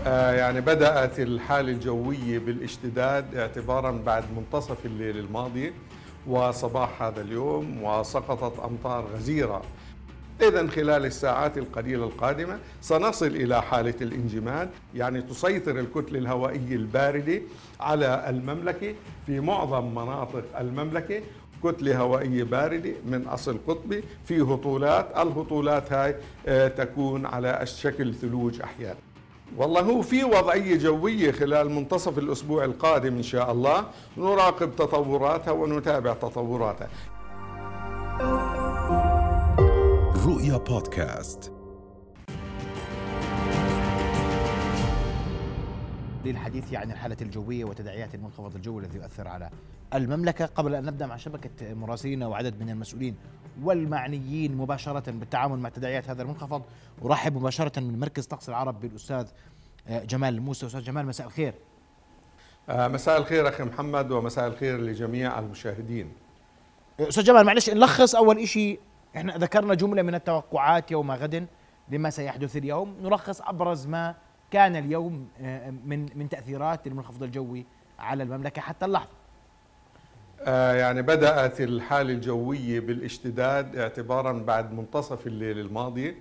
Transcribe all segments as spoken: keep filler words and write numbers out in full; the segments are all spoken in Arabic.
آه، يعني بدأت الحالة الجوية بالاشتداد اعتبارا بعد منتصف الليل الماضي وصباح هذا اليوم، وسقطت أمطار غزيرة. إذن خلال الساعات القليلة القادمة سنصل إلى حالة الانجماد، يعني تسيطر الكتلة الهوائية الباردة على المملكة في معظم مناطق المملكة. كتلة هوائية باردة من أصل قطبي في هطولات، الهطولات هاي آه، تكون على شكل ثلوج أحيانا. والله هو في وضعية جوية خلال منتصف الأسبوع القادم إن شاء الله، نراقب تطوراتها ونتابع تطوراتها. رؤيا بودكاست. للحديث عن الحالة الجوية وتداعيات المنخفض الجوي الذي يؤثر على المملكة، قبل أن نبدأ مع شبكة مراسلين وعدد من المسؤولين والمعنيين مباشرة بالتعامل مع تداعيات هذا المنخفض، أرحب مباشرة من مركز طقس العرب بالأستاذ جمال الموسى. أستاذ جمال، مساء الخير. مساء الخير أخي محمد، ومساء الخير لجميع المشاهدين. أستاذ جمال، معلش نلخص. أول إشي، إحنا ذكرنا جملة من التوقعات يوم غد لما سيحدث اليوم، نلخص أبرز ما كان اليوم من من تأثيرات المنخفض الجوي على المملكة حتى اللحظة. آه يعني بدأت الحالة الجوية بالاشتداد اعتبارا بعد منتصف الليل الماضي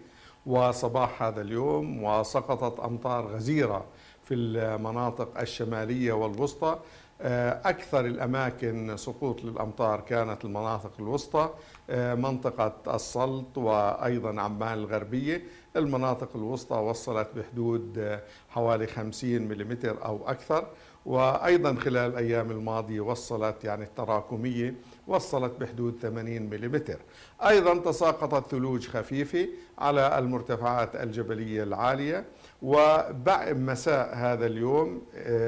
وصباح هذا اليوم، وسقطت أمطار غزيرة في المناطق الشمالية والوسطى. أكثر الأماكن سقوط للأمطار كانت المناطق الوسطى، منطقة السلط وأيضا عمان الغربية. المناطق الوسطى وصلت بحدود حوالي خمسين مليمتر أو أكثر، وأيضا خلال الأيام الماضية وصلت يعني التراكمية وصلت بحدود ثمانين مليمتر. أيضا تساقطت ثلوج خفيفة على المرتفعات الجبلية العالية. وبعد مساء هذا اليوم،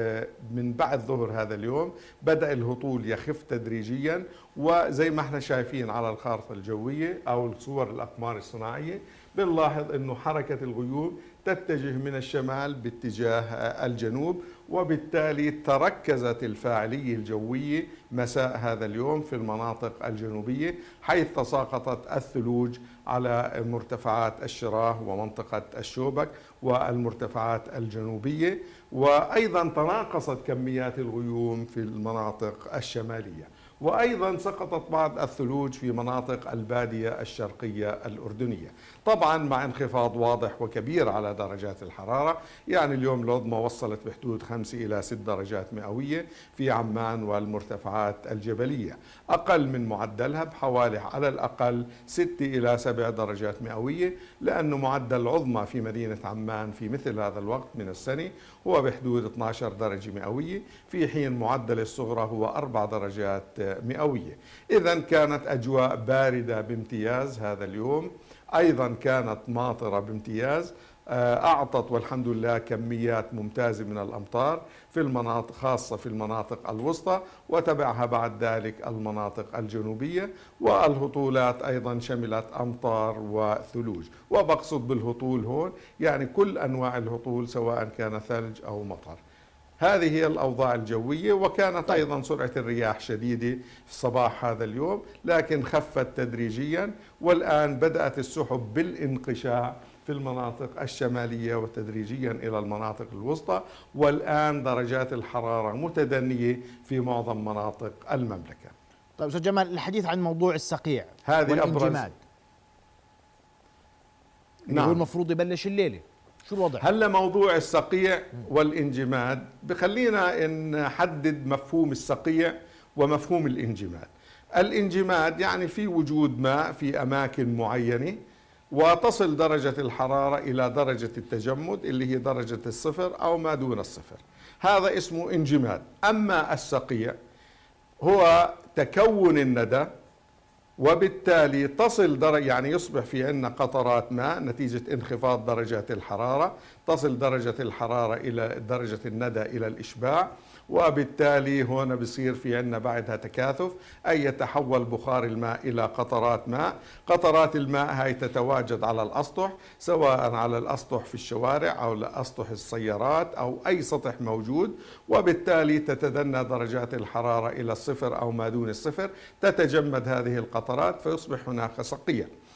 من بعد ظهر هذا اليوم، بدأ الهطول يخف تدريجيا، وزي ما احنا شايفين على الخارطة الجوية أو الصور الأقمار الصناعية بنلاحظ أنه حركة الغيوم تتجه من الشمال باتجاه الجنوب، وبالتالي تركزت الفاعلية الجوية مساء هذا اليوم في المناطق الجنوبية، حيث تساقطت الثلوج على مرتفعات الشراه ومنطقة الشوبك والمرتفعات الجنوبية. وأيضا تناقصت كميات الغيوم في المناطق الشمالية، وأيضا سقطت بعض الثلوج في مناطق البادية الشرقية الأردنية، طبعا مع انخفاض واضح وكبير على درجات الحرارة. يعني اليوم العظمى وصلت بحدود خمسة إلى ست درجات مئوية في عمان والمرتفعات الجبلية، أقل من معدلها بحوالي على الأقل ستة إلى سبع درجات مئوية، لأنه معدل العظمى في مدينة عمان في مثل هذا الوقت من السنة هو بحدود اثنتي عشرة درجة مئوية، في حين معدل الصغرى هو أربع درجات مئوية. إذن كانت أجواء باردة بامتياز هذا اليوم، أيضا كانت ماطرة بامتياز، أعطت والحمد لله كميات ممتازة من الأمطار في المناطق، خاصة في المناطق الوسطى، وتبعها بعد ذلك المناطق الجنوبية. والهطولات أيضا شملت أمطار وثلوج، وبقصد بالهطول هون يعني كل أنواع الهطول سواء كان ثلج أو مطر. هذه هي الأوضاع الجوية. وكانت أيضا سرعة الرياح شديدة في صباح هذا اليوم، لكن خفت تدريجيا، والآن بدأت السحب بالانقشاع في المناطق الشمالية وتدريجيا إلى المناطق الوسطى، والآن درجات الحرارة متدنية في معظم مناطق المملكة. طيب أستاذ جمال، الحديث عن موضوع الصقيع هذه والانجماد، نعم، هو المفروض يبلش الليلة، شو الوضع؟ هلا موضوع الصقيع والانجماد بخلينا نحدد مفهوم الصقيع ومفهوم الانجماد. الانجماد يعني في وجود ماء في أماكن معينة، وتصل درجة الحرارة إلى درجة التجمد اللي هي درجة الصفر أو ما دون الصفر، هذا اسمه انجماد. أما الصقيع هو تكون الندى، وبالتالي تصل درجة يعني يصبح في عندنا قطرات ماء نتيجة انخفاض درجات الحرارة، تصل درجة الحرارة إلى درجة الندى إلى الإشباع، وبالتالي هنا بصير في عندنا بعدها تكاثف، أي يتحول بخار الماء إلى قطرات ماء. قطرات الماء هاي تتواجد على الأسطح، سواء على الأسطح في الشوارع أو أسطح السيارات أو أي سطح موجود، وبالتالي تتدنى درجات الحرارة إلى الصفر أو ما دون الصفر، تتجمد هذه القطرات فيصبح هناك صقيع.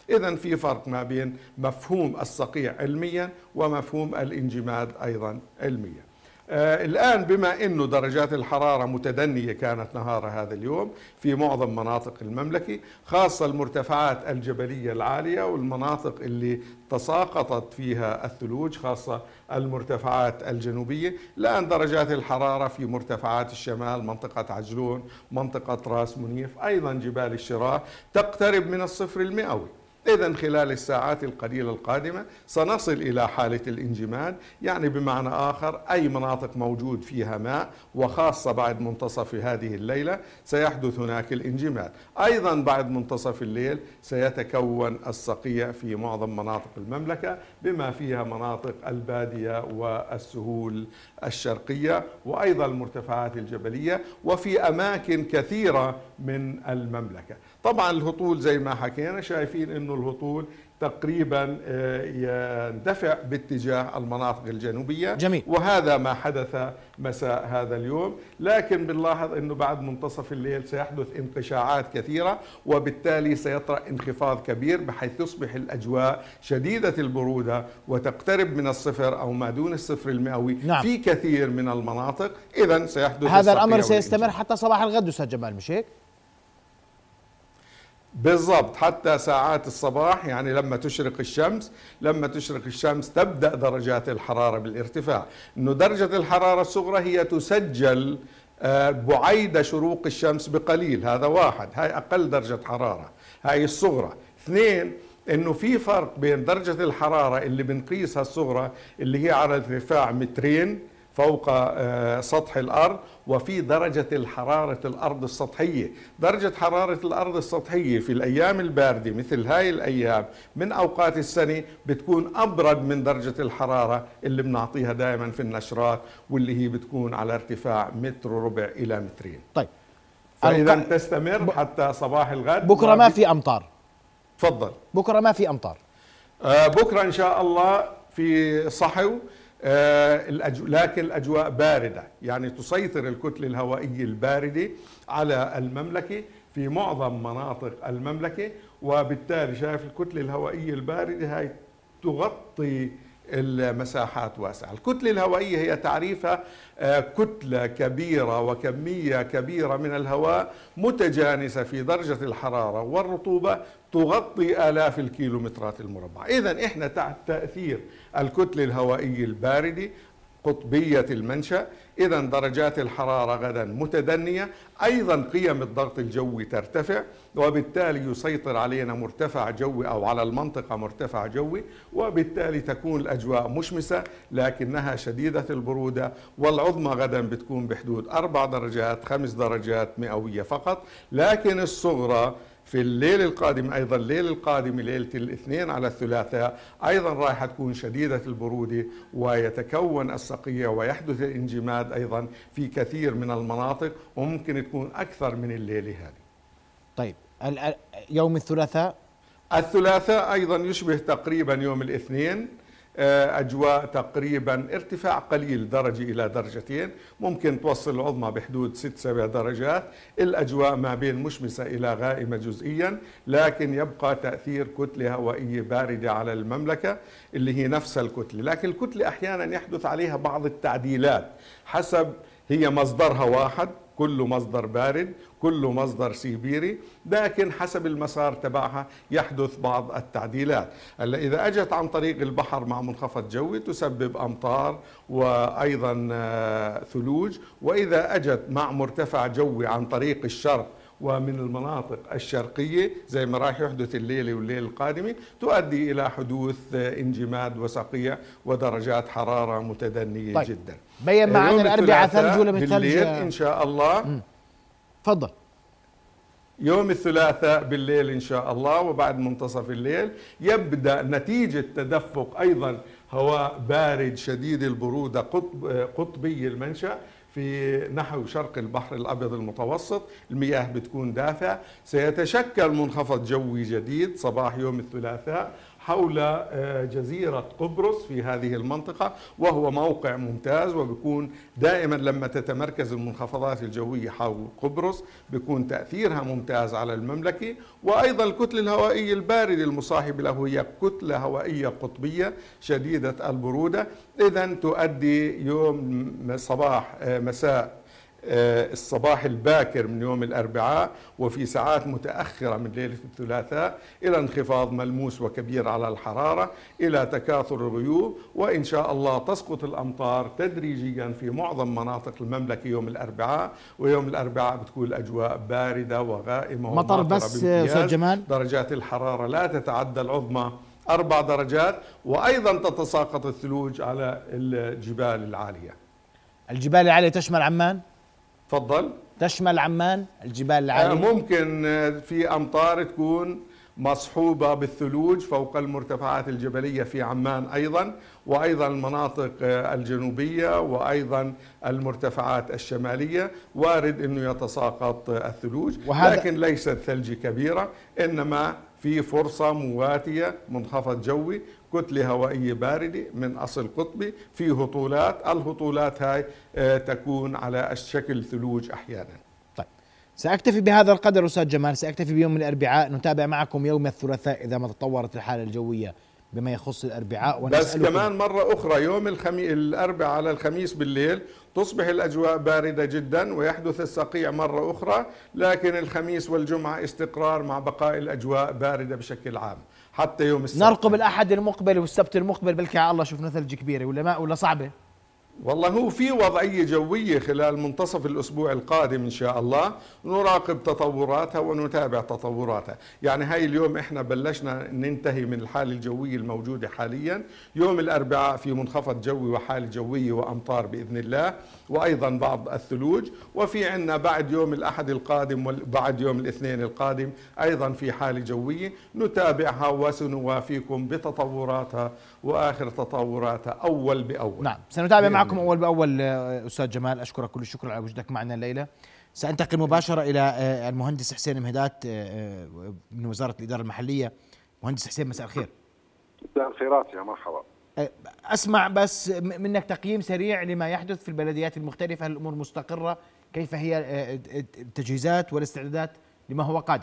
إذن في فرق ما بين مفهوم الصقيع علميا ومفهوم الانجماد أيضا علميا. آه الآن بما أنه درجات الحرارة متدنية كانت نهار هذا اليوم في معظم مناطق المملكة، خاصة المرتفعات الجبلية العالية والمناطق اللي تساقطت فيها الثلوج، خاصة المرتفعات الجنوبية. الآن درجات الحرارة في مرتفعات الشمال، منطقة عجلون، منطقة راس منيف، أيضا جبال الشراء، تقترب من الصفر المئوي. إذن خلال الساعات القليلة القادمة سنصل إلى حالة الانجماد، يعني بمعنى آخر أي مناطق موجود فيها ماء، وخاصة بعد منتصف هذه الليلة سيحدث هناك الانجماد. أيضا بعد منتصف الليل سيتكون الصقيع في معظم مناطق المملكة، بما فيها مناطق البادية والسهول الشرقية، وأيضا المرتفعات الجبلية، وفي أماكن كثيرة من المملكة. طبعا الهطول زي ما حكينا شايفين انه الهطول تقريبا يندفع باتجاه المناطق الجنوبية. جميل. وهذا ما حدث مساء هذا اليوم، لكن بنلاحظ انه بعد منتصف الليل سيحدث انقشاعات كثيرة، وبالتالي سيطرأ انخفاض كبير بحيث تصبح الأجواء شديدة البرودة وتقترب من الصفر أو ما دون الصفر المئوي. نعم. في كثير من المناطق. إذن سيحدث هذا الأمر سيستمر حتى صباح الغد أستاذ جمال، مش هيك؟ بالضبط، حتى ساعات الصباح، يعني لما تشرق الشمس لما تشرق الشمس تبدأ درجات الحرارة بالارتفاع. إنه درجة الحرارة الصغرى هي تسجل بعيد شروق الشمس بقليل، هذا واحد، هاي أقل درجة حرارة، هاي الصغرى. اثنين، إنه في فرق بين درجة الحرارة اللي بنقيسها الصغرى اللي هي على ارتفاع مترين فوق سطح الأرض، وفي درجة الحرارة الأرض السطحية. درجة حرارة الأرض السطحية في الأيام الباردة مثل هاي الأيام من أوقات السنة بتكون أبرد من درجة الحرارة اللي بنعطيها دائما في النشرات، واللي هي بتكون على ارتفاع متر وربع إلى مترين. طيب، فإذا تستمر ب... حتى صباح الغد. بكرة ما في أمطار؟ تفضل. بكرة ما في أمطار؟ آه بكرة إن شاء الله في صحو، آه لكن الأجواء باردة، يعني تسيطر الكتلة الهوائية الباردة على المملكة في معظم مناطق المملكة، وبالتالي شايف الكتلة الهوائية الباردة هاي تغطي المساحات واسعة. الكتلة الهوائية هي تعريفها كتلة كبيرة وكمية كبيرة من الهواء متجانسة في درجة الحرارة والرطوبة تغطي آلاف الكيلومترات المربعة. إذن إحنا تحت تأثير الكتلة الهوائية الباردة قطبية المنشأ. إذا درجات الحرارة غدا متدنية، أيضا قيم الضغط الجوي ترتفع، وبالتالي يسيطر علينا مرتفع جوي أو على المنطقة مرتفع جوي، وبالتالي تكون الأجواء مشمسة لكنها شديدة البرودة، والعظمى غدا بتكون بحدود أربع درجات خمس درجات مئوية فقط. لكن الصغرى في الليل القادم، أيضا الليل القادم ليلة الاثنين على الثلاثاء، أيضا راح تكون شديدة البرودة ويتكون الصقيع ويحدث الانجماد أيضا في كثير من المناطق، وممكن تكون أكثر من الليلة هذه. طيب، يوم الثلاثاء؟ الثلاثاء أيضا يشبه تقريبا يوم الاثنين، أجواء تقريبا ارتفاع قليل درجة إلى درجتين، ممكن توصل العظمى بحدود ست سبع درجات. الأجواء ما بين مشمسة إلى غائمة جزئيا، لكن يبقى تأثير كتلة هوائية باردة على المملكة اللي هي نفس الكتلة، لكن الكتلة أحيانا يحدث عليها بعض التعديلات حسب، هي مصدرها واحد، كله مصدر بارد، كله مصدر سيبيري، لكن حسب المسار تبعها يحدث بعض التعديلات. هلا إذا أجت عن طريق البحر مع منخفض جوي تسبب أمطار وأيضا ثلوج، وإذا أجت مع مرتفع جوي عن طريق الشرق ومن المناطق الشرقية زي ما راح يحدث الليلة والليلة القادمة، تؤدي إلى حدوث انجماد وصقيع ودرجات حرارة متدنية. طيب. جدا. بين معنا الأربعاء ثلج ولا من ثلج إن شاء الله. تفضل. يوم الثلاثاء بالليل إن شاء الله وبعد منتصف الليل يبدأ نتيجة تدفق أيضا هواء بارد شديد البرودة قطب قطبي المنشأ في نحو شرق البحر الأبيض المتوسط، المياه بتكون دافئة، سيتشكل منخفض جوي جديد صباح يوم الثلاثاء حول جزيرة قبرص في هذه المنطقة، وهو موقع ممتاز، وبيكون دائما لما تتمركز المنخفضات الجوية حول قبرص بيكون تأثيرها ممتاز على المملكة. وأيضا الكتلة الهوائية الباردة المصاحبة له هي كتلة هوائية قطبية شديدة البرودة، إذن تؤدي يوم صباح مساء الصباح الباكر من يوم الأربعاء وفي ساعات متأخرة من ليلة الثلاثاء إلى انخفاض ملموس وكبير على الحرارة، إلى تكاثر الغيوم، وإن شاء الله تسقط الأمطار تدريجيا في معظم مناطق المملكة يوم الأربعاء. ويوم الأربعاء بتكون الأجواء باردة وغائمة مطر بس أستاذ جمال، درجات الحرارة لا تتعدى العظمى أربع درجات، وأيضا تتساقط الثلوج على الجبال العالية. الجبال العالية تشمل عمان؟ تفضل. تشمل عمان الجبال العالية؟ ممكن في أمطار تكون مصحوبة بالثلوج فوق المرتفعات الجبلية في عمان أيضا، وأيضا المناطق الجنوبية، وأيضا المرتفعات الشمالية وارد أنه يتساقط الثلوج، لكن ليست ثلج كبيرة، إنما في فرصة مواتية، منخفض جوي، كتلة هوائية باردة من أصل قطبي، في هطولات، الهطولات هاي تكون على شكل ثلوج أحيانا. طيب سأكتفي بهذا القدر أستاذ جمال، سأكتفي بيوم الأربعاء، نتابع معكم يوم الثلاثاء إذا ما تطورت الحالة الجوية بما يخص الأربعاء. بس كمان مرة أخرى يوم الخميس الأربعاء على الخميس بالليل تصبح الأجواء باردة جدا ويحدث الصقيع مرة أخرى، لكن الخميس والجمعة استقرار مع بقاء الأجواء باردة بشكل عام حتى يوم السبت. نرقب الأحد المقبل والسبت المقبل بلكي على الله شفنا ثلج كبيرة ولا ما ولا صعبة؟ والله هو في وضعية جوية خلال منتصف الأسبوع القادم إن شاء الله، نراقب تطوراتها ونتابع تطوراتها. يعني هاي اليوم إحنا بلشنا ننتهي من الحالة الجوية الموجودة حاليا، يوم الأربعاء في منخفض جوي وحالة جوية وأمطار بإذن الله، وأيضا بعض الثلوج، وفي عنا بعد يوم الأحد القادم وبعد يوم الاثنين القادم أيضا في حالة جوية نتابعها وسنوافيكم بتطوراتها وآخر تطوراتها أول بأول. نعم سنتابع معكم أول بأول. أستاذ جمال أشكرك كل الشكر على وجودك معنا الليلة. سأنتقل مباشرة إلى المهندس حسين مهدات من وزارة الإدارة المحلية. مهندس حسين مساء الخير. مساء الخيرات يا مرحبا. أسمع بس منك تقييم سريع لما يحدث في البلديات المختلفة، هل الأمور مستقرة؟ كيف هي التجهيزات والاستعدادات لما هو قادم؟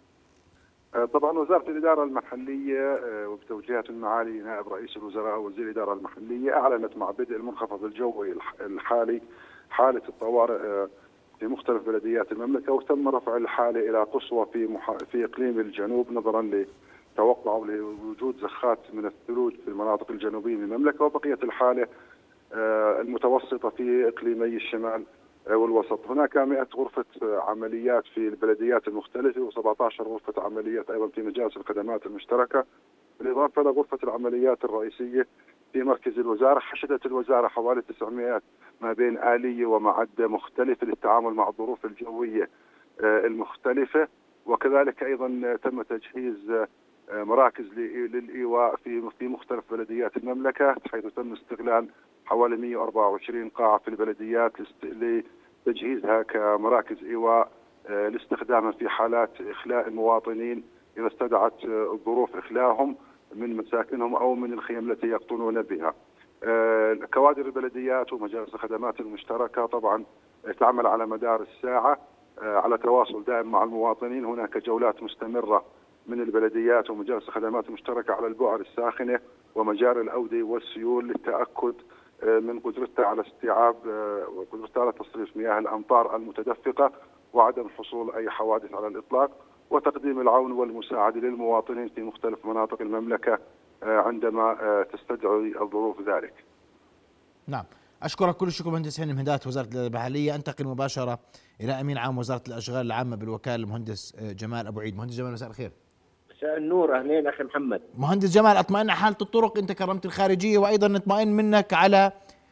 طبعا وزارة الإدارة المحلية وبتوجيهات المعالي نائب رئيس الوزراء وزير الإدارة المحلية أعلنت مع بدء المنخفض الجوي الحالي حالة الطوارئ في مختلف بلديات المملكة، وتم رفع الحالة إلى قصوى في مح... في إقليم الجنوب نظرا لتوقع لوجود زخات من الثلوج في المناطق الجنوبية من المملكة، وبقية الحالة المتوسطة في إقليمي الشمال والوسط. هناك مئة غرفة عمليات في البلديات المختلفة وسبعة عشر غرفة عمليات أيضا في مجالس الخدمات المشتركة، بالإضافة إلى غرفة العمليات الرئيسية في مركز الوزارة. حشدت الوزارة حوالي تسعمئة ما بين آلية ومعدة مختلفة للتعامل مع الظروف الجوية المختلفة، وكذلك أيضا تم تجهيز مراكز للإيواء في في مختلف بلديات المملكة، حيث تم استغلال حوالي مئة وأربعة وعشرين قاعة في البلديات لتجهيزها كمراكز إيواء لاستخدامها في حالات إخلاء المواطنين إذا استدعت الظروف إخلاءهم من مساكنهم أو من الخيم التي يقطنون بها. كوادر البلديات ومجالس الخدمات المشتركة طبعا تعمل على مدار الساعة على تواصل دائم مع المواطنين. هناك جولات مستمرة من البلديات ومجالس الخدمات المشتركة على البؤر الساخنة ومجاري الأودية والسيول للتأكد من قدرتها على استيعاب وقدرتها على تصريف مياه الأمطار المتدفقة وعدم حصول أي حوادث على الإطلاق، وتقديم العون والمساعدة للمواطنين في مختلف مناطق المملكة عندما تستدعي الظروف ذلك. نعم أشكرك كل الشكر مهندس حسين مهدات وزارة الإدارة المحلية. أنتقل مباشرة إلى أمين عام وزارة الأشغال العامة بالوكالة المهندس جمال أبو عيد. مهندس جمال مساء الخير. مساء النور، أهلين أخي محمد. مهندس جمال أطمئن حالة الطرق، أنت كرمت الخارجية، وأيضا نطمئن منك على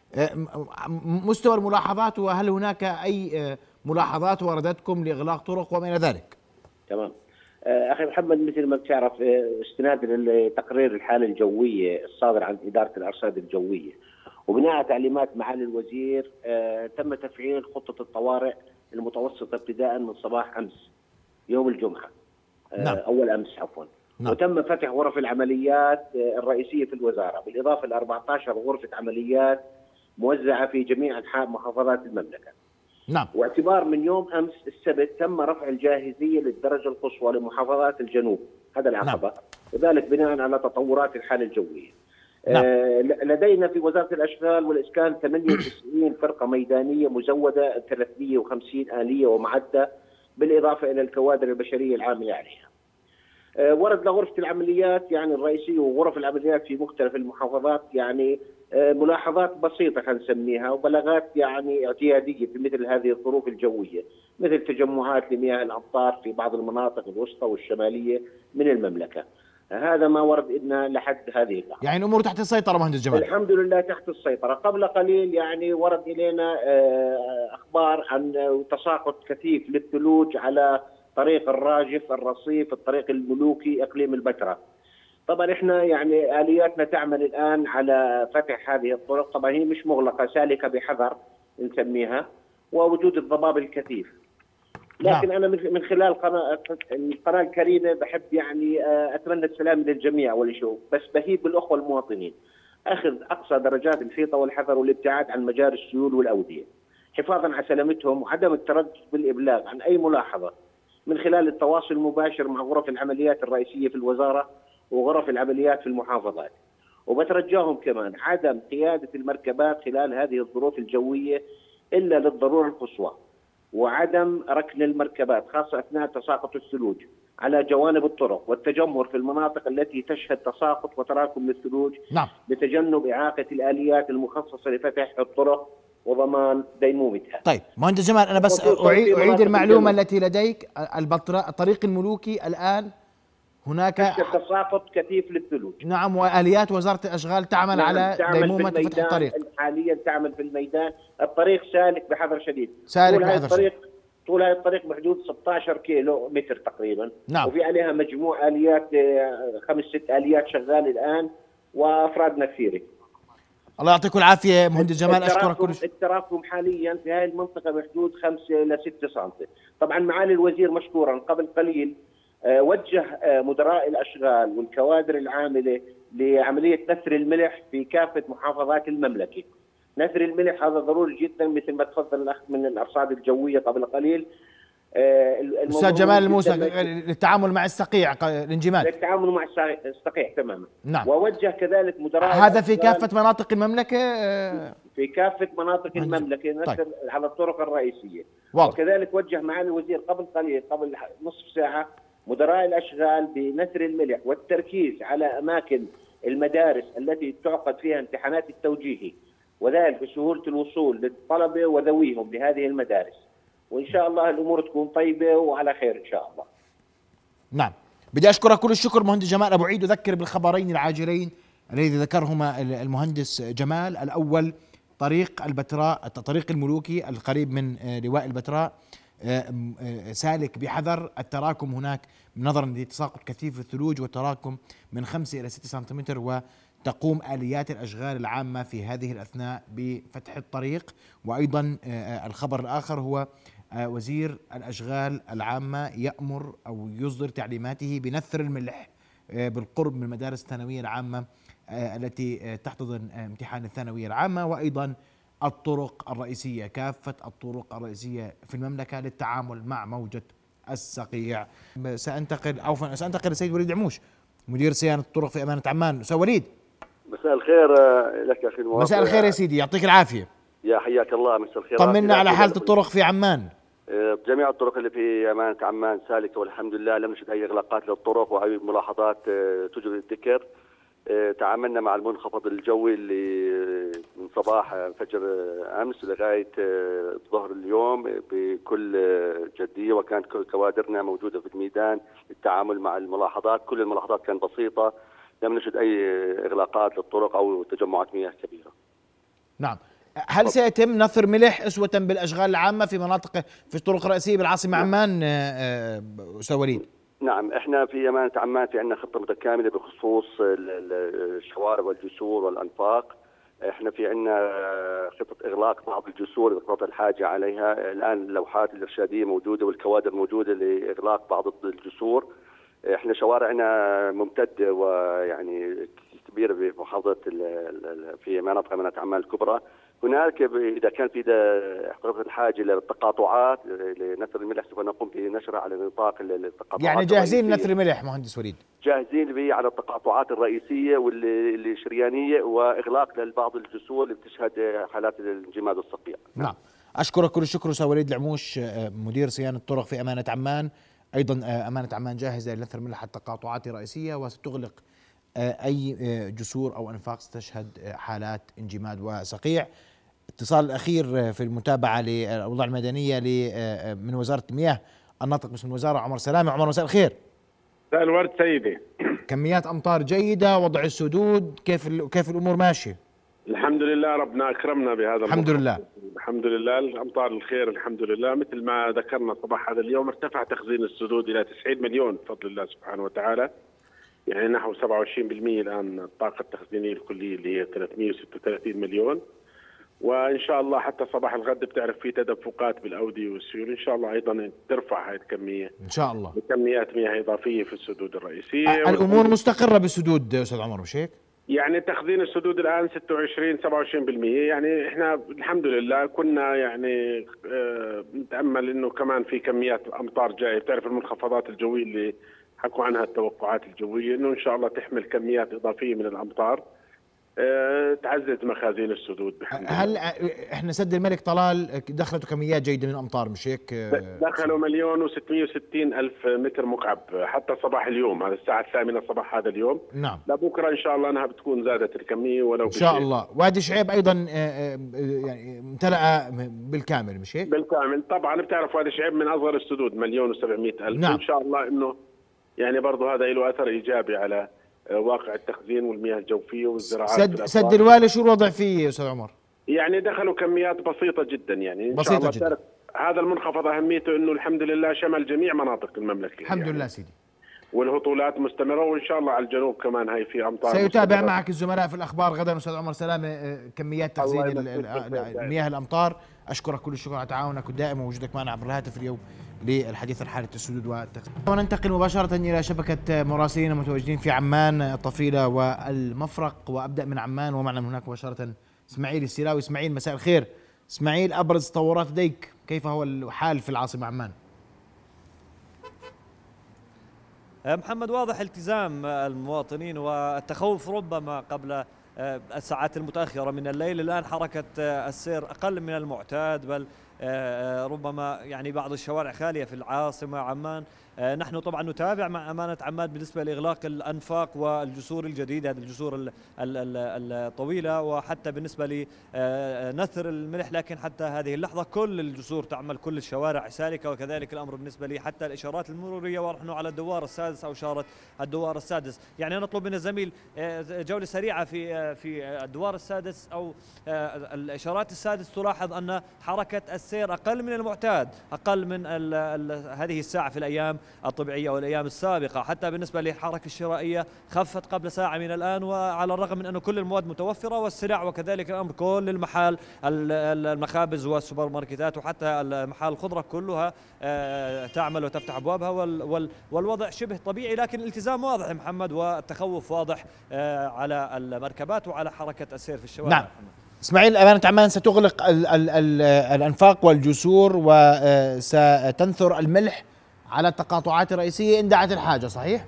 مستوى الملاحظات، وهل هناك أي ملاحظات وردتكم لإغلاق طرق وما إلى ذلك؟ تمام أخي محمد، مثل ما بتعرف استنادا لتقرير الحالة الجوية الصادر عن إدارة الأرصاد الجوية وبناء على تعليمات معالي الوزير تم تفعيل خطة الطوارئ المتوسطة ابتداء من صباح أمس يوم الجمعة. نعم. أول أمس عفوا، نعم. وتم فتح غرف العمليات الرئيسية في الوزارة، بالإضافة ل أربعة عشر غرفة عمليات موزعة في جميع أنحاء محافظات المملكة. نعم. واعتبار من يوم أمس السبت تم رفع الجاهزية للدرجة القصوى لمحافظات الجنوب، هذا العقبة. نعم. وذلك بناء على تطورات الحالة الجوية. نعم. آه لدينا في وزارة الأشغال والإسكان ثمانية وتسعين فرقة ميدانية مزودة، ثلاثمئة وخمسين آلية ومعدة، بالإضافة إلى الكوادر البشرية العاملة عليها. آه ورد لغرفة العمليات يعني الرئيسية وغرف العمليات في مختلف المحافظات يعني آه ملاحظات بسيطة خلينا نسميها، وبلاغات يعني اعتيادية في مثل هذه الظروف الجوية، مثل تجمعات لمياه الأمطار في بعض المناطق الوسطى والشمالية من المملكة. هذا ما ورد لنا لحد هذه اللحظة. يعني الأمور تحت السيطرة مهندس جمال؟ الحمد لله تحت السيطرة. قبل قليل يعني ورد إلينا أخبار عن تساقط كثيف للثلوج على طريق الراجف، الرصيف، الطريق الملوكي، إقليم البتراء. طبعا إحنا يعني آلياتنا تعمل الآن على فتح هذه الطرق، طبعا هي مش مغلقة، سالكة بحذر نسميها، ووجود الضباب الكثيف. لكن أنا من خلال قناة القناة الكريمة بحب يعني أتمنى السلام للجميع والشوف، بس بهيب بالأخوة المواطنين أخذ أقصى درجات الحيطة والحذر والابتعاد عن مجاري السيول والأودية، حفاظا على سلامتهم، وعدم التردد بالإبلاغ عن أي ملاحظة من خلال التواصل المباشر مع غرف العمليات الرئيسية في الوزارة وغرف العمليات في المحافظات. وبترجاهم كمان عدم قيادة المركبات خلال هذه الظروف الجوية إلا للضرورة القصوى، وعدم ركن المركبات خاصة أثناء تساقط الثلوج على جوانب الطرق، والتجمهر في المناطق التي تشهد تساقط وتراكم للثلوج. نعم. لتجنب إعاقة الآليات المخصصة لفتح الطرق وضمان ديمومتها. طيب مهندس جمال، أنا بس أعيد, أعيد المعلومة التي لديك. البطراء الطريق الملوكي الآن هناك تساقط كثيف للثلوج. نعم، وآليات وزارة الأشغال تعمل نعم. على ديمومة فتح الطريق. حاليا تعمل في الميدان، الطريق سالك بحذر شديد. سالك بحذر شديد. طول هذه الطريق بحدود ستة عشر كيلو متر تقريبا. نعم. وفي عليها مجموع آليات، خمس ست آليات شغال الآن، وأفرادنا كثيرة. الله يعطيكم العافية مهندس جمال، أشكرك كل شيء. التراكم حاليا في هذه المنطقة بحدود خمسة إلى ستة سنتي. طبعا معالي الوزير مشكورا قبل قليل وجه مدراء الأشغال والكوادر العاملة لعملية نثر الملح في كافة محافظات المملكة. نثر الملح هذا ضروري جدا مثل ما تفضل الأخ من الأرصاد الجوية قبل قليل. أستاذ جمال الموسى للتعامل مع الصقيع الانجماد. للتعامل مع الصقيع تماما. نعم. ووجه كذلك مدراء هذا في كافة مناطق المملكة. في كافة مناطق المملكة نثر طيب. على الطرق الرئيسية. واضح. وكذلك وجه معالي الوزير قبل قليل قبل نصف ساعة مدراء الأشغال بنثر الملح والتركيز على أماكن المدارس التي تعقد فيها امتحانات التوجيهي، وذلك بسهولة الوصول للطلبة وذويهم لهذه المدارس. وإن شاء الله الأمور تكون طيبة وعلى خير إن شاء الله. نعم، بدي أشكرك كل الشكر مهندس جمال أبو عيد. أذكر بالخبرين العاجلين الذي ذكرهما المهندس جمال. الأول طريق البتراء، الطريق الملوكي القريب من لواء البتراء سالك بحذر، التراكم هناك نظرا لتساقط كثيف الثلوج والتراكم من خمسة إلى ستة سنتيمتر، وتقوم آليات الأشغال العامة في هذه الأثناء بفتح الطريق. وأيضا الخبر الآخر هو وزير الأشغال العامة يأمر أو يصدر تعليماته بنثر الملح بالقرب من المدارس الثانوية العامة التي تحتضن امتحان الثانوية العامة، وأيضا الطرق الرئيسية، كافة الطرق الرئيسية في المملكة للتعامل مع موجة الصقيع. سأنتقل أو سأنتقل للسيد وليد عموش مدير صيانة الطرق في أمانة عمان. أستاذ وليد، مساء الخير لك أخي المواطن. مساء الخير يا سيدي، يعطيك العافية. يا حياك الله، مساء الخير. طمنا على حالة الطرق في عمان. جميع الطرق اللي في أمانة عمان سالكة والحمد لله، لم نشهد أي إغلاقات للطرق وأي ملاحظات تجب الذكر. تعاملنا مع المنخفض الجوي اللي من صباح فجر أمس لغاية ظهر اليوم بكل جدية، وكانت كوادرنا موجودة في الميدان للتعامل مع الملاحظات. كل الملاحظات كانت بسيطة، لم نشهد أي إغلاقات للطرق أو تجمعات مياه كبيرة. نعم. هل سيتم نثر ملح أسوة بالأشغال العامة في مناطق في الطرق الرئيسية بالعاصمة عمان أستاذ وليد؟ نعم، احنا في أمانة عمان في عندنا خطة متكاملة بخصوص الشوارع والجسور والأنفاق. احنا في عندنا خطة إغلاق بعض الجسور إذا اقتضت الحاجة عليها. الآن اللوحات الإرشادية موجودة والكوادر موجودة لإغلاق بعض الجسور. احنا شوارعنا ممتده ويعني كبيره بمحافظه في مناطق امانه عمان الكبرى. هناك اذا كان في الحاجه للتقاطعات لنثر الملح سوف نقوم بنشرها على نطاق التقاطعات. يعني جاهزين لنثر الملح مهندس وليد؟ جاهزين به على التقاطعات الرئيسيه والشريانيه واغلاق لبعض الجسور اللي بتشهد حالات الانجماد الصقيع. نعم، اشكرك كل الشكر استاذ وليد العموش مدير صيانه الطرق في امانه عمان. ايضا امانه عمان جاهزه لنثر ملح التقاطعات الرئيسيه وستغلق اي جسور او انفاق تشهد حالات انجماد وصقيع. اتصال الاخير في المتابعه للاوضاع المدنيه من وزاره المياه الناطق باسم الوزاره عمر سلامه. عمر مساء الخير. مساء الورد سيدي. كميات امطار جيده، وضع السدود كيف كيف الامور ماشيه؟ الحمد لله ربنا اكرمنا بهذا الحمد المطر. لله الحمد لله الامطار الخير الحمد لله. مثل ما ذكرنا صباح هذا اليوم ارتفع تخزين السدود الى تسعين مليون بفضل الله سبحانه وتعالى، يعني نحو سبعة وعشرين بالمئة الان الطاقه التخزينيه الكليه اللي هي ثلاثمئة وستة وثلاثين مليون، وان شاء الله حتى صباح الغد بتعرف في تدفقات بالاوديه والسيول، ان شاء الله ايضا ترفع هاي الكميه ان شاء الله بكميات مياه اضافيه في السدود الرئيسيه. الامور مستقره بالسدود استاذ عمر مش هيك؟ يعني تخزين السدود الان ستة وعشرين سبعة وعشرين بالمئة، يعني احنا الحمد لله كنا يعني اه نتامل انه كمان في كميات امطار جايه، بتعرف المنخفضات الجويه اللي حكوا عنها التوقعات الجويه انه ان شاء الله تحمل كميات اضافيه من الامطار اه تعزز مخازين السدود بحمد هل الله. احنا سد الملك طلال دخلته كميات جيده من الامطار مش هيك؟ دخلوا مليون وستمئة وستين الف متر مكعب حتى صباح اليوم، هذا الساعه الثامنه صباح هذا اليوم. نعم. لبكره ان شاء الله انها بتكون زادت الكميه ولو ان شاء الله. وادي شعيب ايضا يعني امتلأ بالكامل مش هيك؟ بالكامل طبعا. بتعرف وادي شعيب من اصغر السدود مليون وسبعمئة الف. نعم. ان شاء الله انه يعني برضه هذا له اثر ايجابي على واقع التخزين والمياه الجوفيه والزراعات. سد سد الوالي شو الوضع فيه يا استاذ عمر؟ يعني دخلوا كميات بسيطه جدا، يعني ان بسيطة شاء الله. جدا. هذا المنخفض اهميته انه الحمد لله شمل جميع مناطق المملكه الحمد يعني. لله سيدي. والهطولات مستمره، وان شاء الله على الجنوب كمان هي في امطار. سيتابع معك الزملاء في الاخبار غدا استاذ عمر سلامه كميات تخزين المياه الامطار. اشكرك كل الشكر على تعاونك الدائم ووجودك معنا عبر الهاتف اليوم للحديث عن حاله السدود والتخزين. وننتقل مباشره الى شبكه مراسلين متواجدين في عمان الطفيله والمفرق، وابدا من عمان ومعنا من هناك مباشره اسماعيل السلاوي. اسماعيل مساء الخير. اسماعيل، ابرز تطورات لديك، كيف هو الحال في العاصمه عمان؟ محمد، واضح التزام المواطنين والتخوف ربما قبل الساعات المتأخرة من الليل. الآن حركة السير أقل من المعتاد، بل ربما يعني بعض الشوارع خالية في العاصمة عمان. نحن طبعا نتابع مع أمانة عمان بالنسبة لإغلاق الأنفاق والجسور الجديدة، هذه الجسور الطويلة، وحتى بالنسبة لنثر الملح. لكن حتى هذه اللحظة كل الجسور تعمل، كل الشوارع سالكة، وكذلك الأمر بالنسبة لي حتى الإشارات المرورية، ونحن على الدوار السادس أو إشارة الدوار السادس. يعني نطلب من الزميل جولة سريعة في في الدوار السادس أو الإشارات السادس. تلاحظ أن حركة السير أقل من المعتاد، أقل من ال ال هذه الساعة في الأيام الطبيعية والأيام السابقة. حتى بالنسبة للحركة الشرائية خفت قبل ساعة من الآن، وعلى الرغم من أن كل المواد متوفرة والسلع، وكذلك الأمر كل المحال المخابز والسوبر ماركتات وحتى المحال الخضرة كلها تعمل وتفتح أبوابها، والوضع شبه طبيعي. لكن الالتزام واضح محمد، والتخوف واضح على المركبات وعلى حركة السير في الشوارع. نعم. اسماعيل، أمانة عمان ستغلق ال ال ال الأنفاق والجسور وستنثر الملح على التقاطعات الرئيسية إن دعت الحاجة، صحيح؟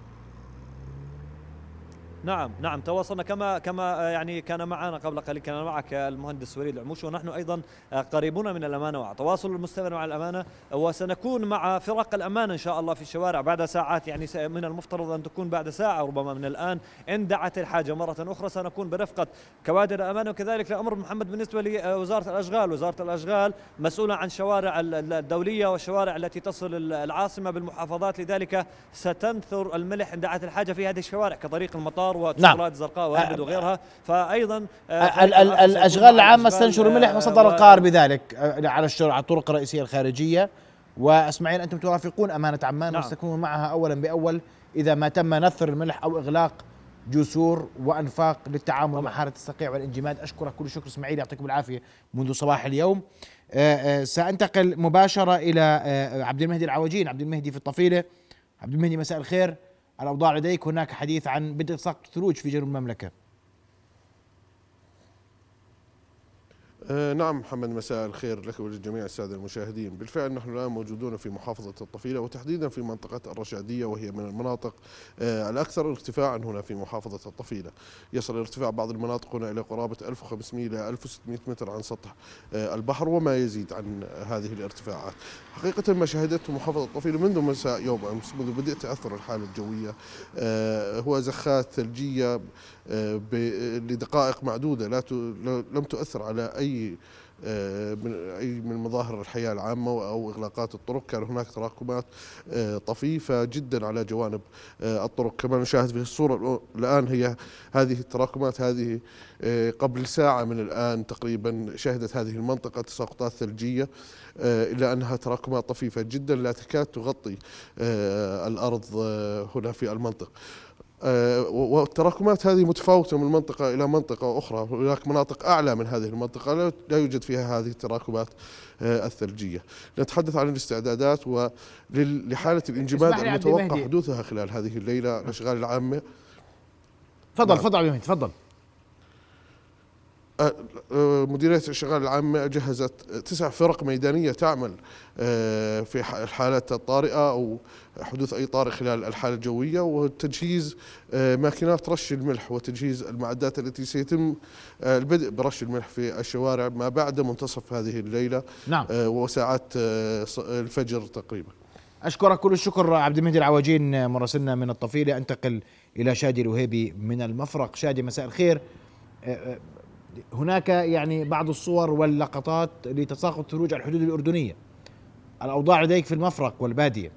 نعم نعم، تواصلنا كما كما يعني كان معنا قبل قليل، كان معك المهندس وليد العموش، ونحن ايضا قريبون من الامانه وتواصل مستمر مع الامانه، وسنكون مع فرق الامانه ان شاء الله في الشوارع بعد ساعات. يعني من المفترض ان تكون بعد ساعه ربما من الان ان دعت الحاجه مره اخرى. سنكون برفقه كوادر الامانه. وكذلك الامر محمد بالنسبه لوزاره الاشغال، وزاره الاشغال مسؤوله عن شوارع الدوليه والشوارع التي تصل العاصمه بالمحافظات، لذلك ستنثر الملح ان دعت الحاجه في هذه الشوارع كطريق المطار وتشغلات نعم. الزرقاء وهبد وغيرها. فايضا الاشغال العامه تستنشر الملح وصدر القرار بذلك على على الطرق الرئيسيه الخارجيه. واسماعيل، انتم توافقون امانه عمان نعم. وستكونوا معها اولا باول اذا ما تم نثر الملح او اغلاق جسور وانفاق للتعامل مع حاله الصقيع والانجماد. اشكرك كل الشكر اسماعيل، يعطيكم العافيه منذ صباح اليوم. آآ آآ سأنتقل مباشره الى عبد المهدي العوجين. عبد المهدي في الطفيله، عبد المهدي مساء الخير، الأوضاع لديك، هناك حديث عن بدء تساقط الثلوج في جنوب المملكة. آه نعم محمد، مساء الخير لك ولجميع السادة المشاهدين. بالفعل نحن الآن موجودون في محافظة الطفيلة وتحديدا في منطقة الرشادية، وهي من المناطق آه الأكثر ارتفاعا هنا في محافظة الطفيلة. يصل ارتفاع بعض المناطق هنا إلى قرابة ألف وخمسمئة إلى ألف وستمئة متر عن سطح آه البحر وما يزيد عن هذه الارتفاعات. حقيقة ما شهدته محافظة الطفيلة منذ مساء يوم أمس، منذ بدء تأثر الحالة الجوية، آه هو زخات ثلجية آه لدقائق معدودة لا لم تؤثر على أي من أي من مظاهر الحياة العامة أو إغلاقات الطرق. كان هناك تراكمات طفيفة جدا على جوانب الطرق كما نشاهد في الصورة الآن. هي هذه التراكمات هذه قبل ساعة من الآن تقريبا شهدت هذه المنطقة تساقطات ثلجية، إلا أنها تراكمات طفيفة جدا لا تكاد تغطي الأرض هنا في المنطقة. والتراكمات هذه متفاوتة من منطقة إلى منطقة أخرى. هناك مناطق أعلى من هذه المنطقة لا يوجد فيها هذه التراكمات الثلجية. نتحدث عن الاستعدادات ولحالة الانجماد المتوقع حدوثها خلال هذه الليلة. الأشغال العامة. تفضل تفضل عبد المهدي تفضل. مديرية الشغال العامة جهزت تسع فرق ميدانية تعمل في الحالات الطارئة أو حدوث أي طارئ خلال الحالة الجوية، وتجهيز ماكينات رش الملح وتجهيز المعدات التي سيتم البدء برش الملح في الشوارع ما بعد منتصف هذه الليلة. نعم. وساعات الفجر تقريبا. أشكرك كل الشكر عبد المهدي العواجين مراسلنا من الطفيلة. أنتقل إلى شادي الوهيبي من المفرق. شادي مساء الخير. هناك يعني بعض الصور واللقطات لتساقط ثلوج على الحدود الأردنية، الأوضاع لديك في المفرق والبادية.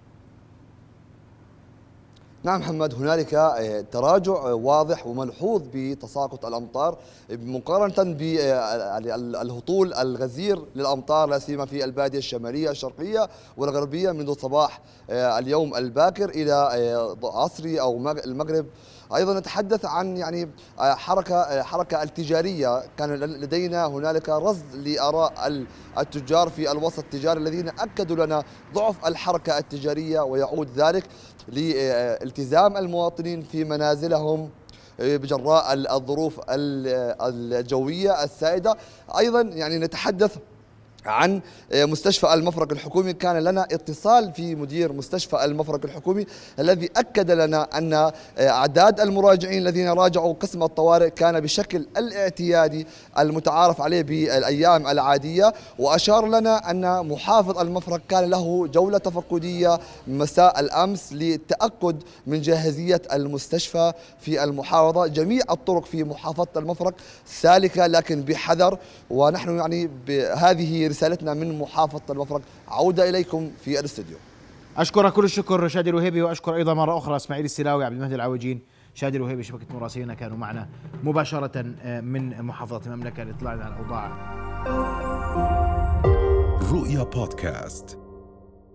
نعم محمد، هنالك تراجع واضح وملحوظ بتساقط الأمطار مقارنة بالهطول الغزير للأمطار لا سيما في البادية الشمالية الشرقية والغربية منذ صباح اليوم الباكر إلى عصري أو المغرب. أيضا نتحدث عن يعني حركة حركة التجارية. كان لدينا هنالك رصد لآراء التجار في الوسط التجاري الذين أكدوا لنا ضعف الحركة التجارية، ويعود ذلك لالتزام المواطنين في منازلهم بجراء الظروف الجوية السائدة. أيضا يعني نتحدث عن مستشفى المفرق الحكومي. كان لنا اتصال في مدير مستشفى المفرق الحكومي الذي أكد لنا أن أعداد المراجعين الذين راجعوا قسم الطوارئ كان بشكل الاعتيادي المتعارف عليه بالأيام العادية، وأشار لنا أن محافظ المفرق كان له جولة تفقدية مساء الأمس للتأكد من جاهزية المستشفى في المحافظة. جميع الطرق في محافظة المفرق سالكة لكن بحذر، ونحن يعني بهذه رسالتنا من محافظة المفرق. عودة إليكم في الاستوديو. أشكرك كل الشكر شادي الوهيبي، وأشكر أيضا مرة أخرى إسماعيل السلاوي، عبد المهدي العواجين، شادي الوهيبي، شبكة مراسلين كانوا معنا مباشرة من محافظة المملكة لإطلاعنا عن الأوضاع. رؤيا بودكاست.